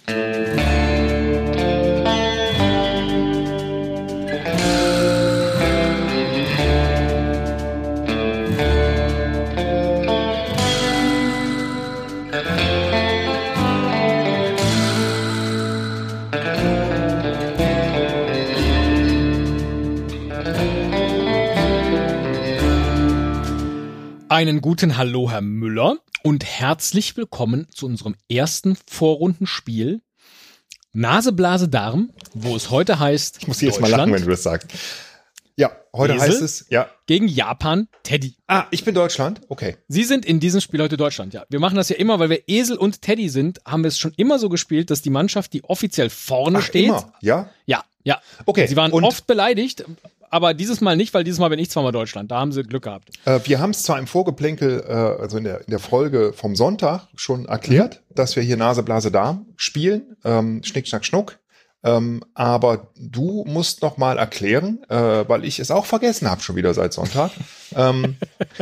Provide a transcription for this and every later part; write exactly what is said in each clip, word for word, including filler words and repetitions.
Einen guten Hallo, Herr Müller, und herzlich willkommen zu unserem ersten Vorrundenspiel Nase, Blase, Darm, wo es heute heißt Ich muss jedes Mal lachen, wenn du das sagst. Ja, heute Esel heißt es, ja. gegen Japan, Teddy. Ah, ich bin Deutschland? Okay. Sie sind in diesem Spiel heute Deutschland, ja. Wir machen das ja immer, weil wir Esel und Teddy sind, haben wir es schon immer so gespielt, dass die Mannschaft, die offiziell vorne Ach, steht. immer? Ja? Ja, ja. Okay. Sie waren und, oft beleidigt, aber dieses Mal nicht, weil dieses Mal bin ich zweimal Deutschland. Da haben sie Glück gehabt. Äh, wir haben es zwar im Vorgeplänkel, äh, also in der, in der Folge vom Sonntag schon erklärt, mhm. dass wir hier Nase, Blase, Darm spielen, ähm, Schnick, Schnack, Schnuck. Ähm, aber du musst noch mal erklären, äh, weil ich es auch vergessen habe schon wieder seit Sonntag. ähm,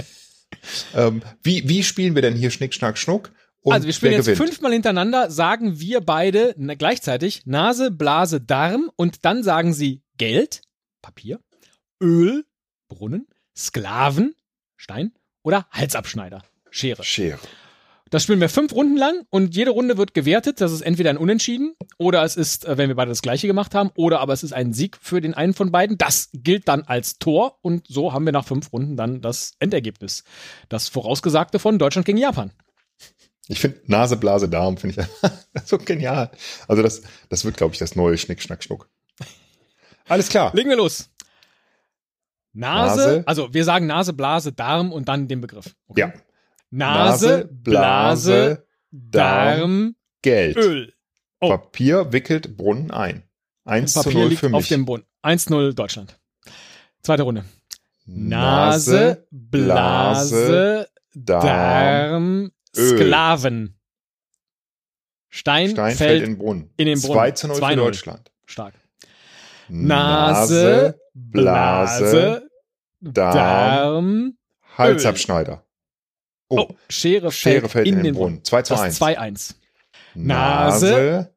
ähm, wie, wie spielen wir denn hier Schnick, Schnack, Schnuck? Und also wir spielen jetzt gewinnt? fünfmal hintereinander, sagen wir beide na, gleichzeitig Nase, Blase, Darm und dann sagen sie Geld, Papier, Öl, Brunnen, Sklaven, Stein oder Halsabschneider, Schere. Schere. Das spielen wir fünf Runden lang und jede Runde wird gewertet. Das ist entweder ein Unentschieden oder es ist, wenn wir beide das Gleiche gemacht haben, oder aber es ist ein Sieg für den einen von beiden. Das gilt dann als Tor und so haben wir nach fünf Runden dann das Endergebnis. Das Vorausgesagte von Deutschland gegen Japan. Ich finde Nase, Blase, Darm finde ich so genial. Also das, das wird, glaube ich, das neue Schnick, Schnack, Schnuck. Alles klar. Legen wir los. Nase, Nase, also wir sagen Nase, Blase, Darm und dann den Begriff. Okay? Ja. Nase, Blase, Darm, Geld. Öl. Oh. Papier wickelt Brunnen ein. eins zu Papier null liegt für mich. auf dem Boden. eins null Deutschland. Zweite Runde. Nase, Nase, Blase, Darm, Darm, Öl. Sklaven. Stein, Stein fällt fällt in den Brunnen. in den Brunnen. zwei zu null zwei für null. Deutschland. Stark. Nase, Blase, Darm, Darm, Halsabschneider. Oh, Schere, Schere fällt fällt in den Brunnen. Brunnen. zwei zu Das eins. zwei eins. Nase,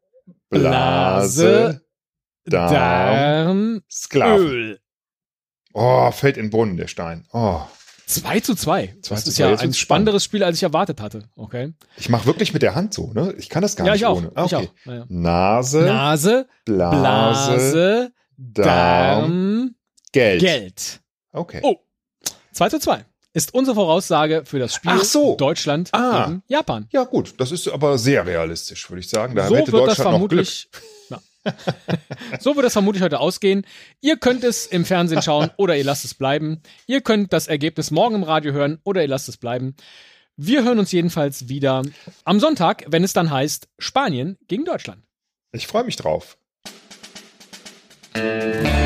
Blase, Darm, Darm, Sklaven. Öl. Oh, fällt in den Brunnen, der Stein. Oh. zwei zu zwei. zwei Das zu ist zwei. ja Jetzt ein wird's spannenderes Spiel, als ich erwartet hatte. Okay. Ich mache wirklich mit der Hand so, ne? Ich kann das gar Ja, nicht ich auch. ohne. Ah, Ich okay. auch. Ja, ja. Nase, Nase, Blase, Blase, Darm, Darm, Geld. Geld. Okay. Oh, zwei zu zwei ist unsere Voraussage für das Spiel Ach so. Deutschland Ah. gegen Japan. Ja gut, das ist aber sehr realistisch, würde ich sagen. Da So hätte wird das Deutschland noch Glück. vermutlich. Ja. So wird das vermutlich heute ausgehen. Ihr könnt es im Fernsehen schauen oder ihr lasst es bleiben. Ihr könnt das Ergebnis morgen im Radio hören oder ihr lasst es bleiben. Wir hören uns jedenfalls wieder am Sonntag, wenn es dann heißt Spanien gegen Deutschland. Ich freue mich drauf. Musik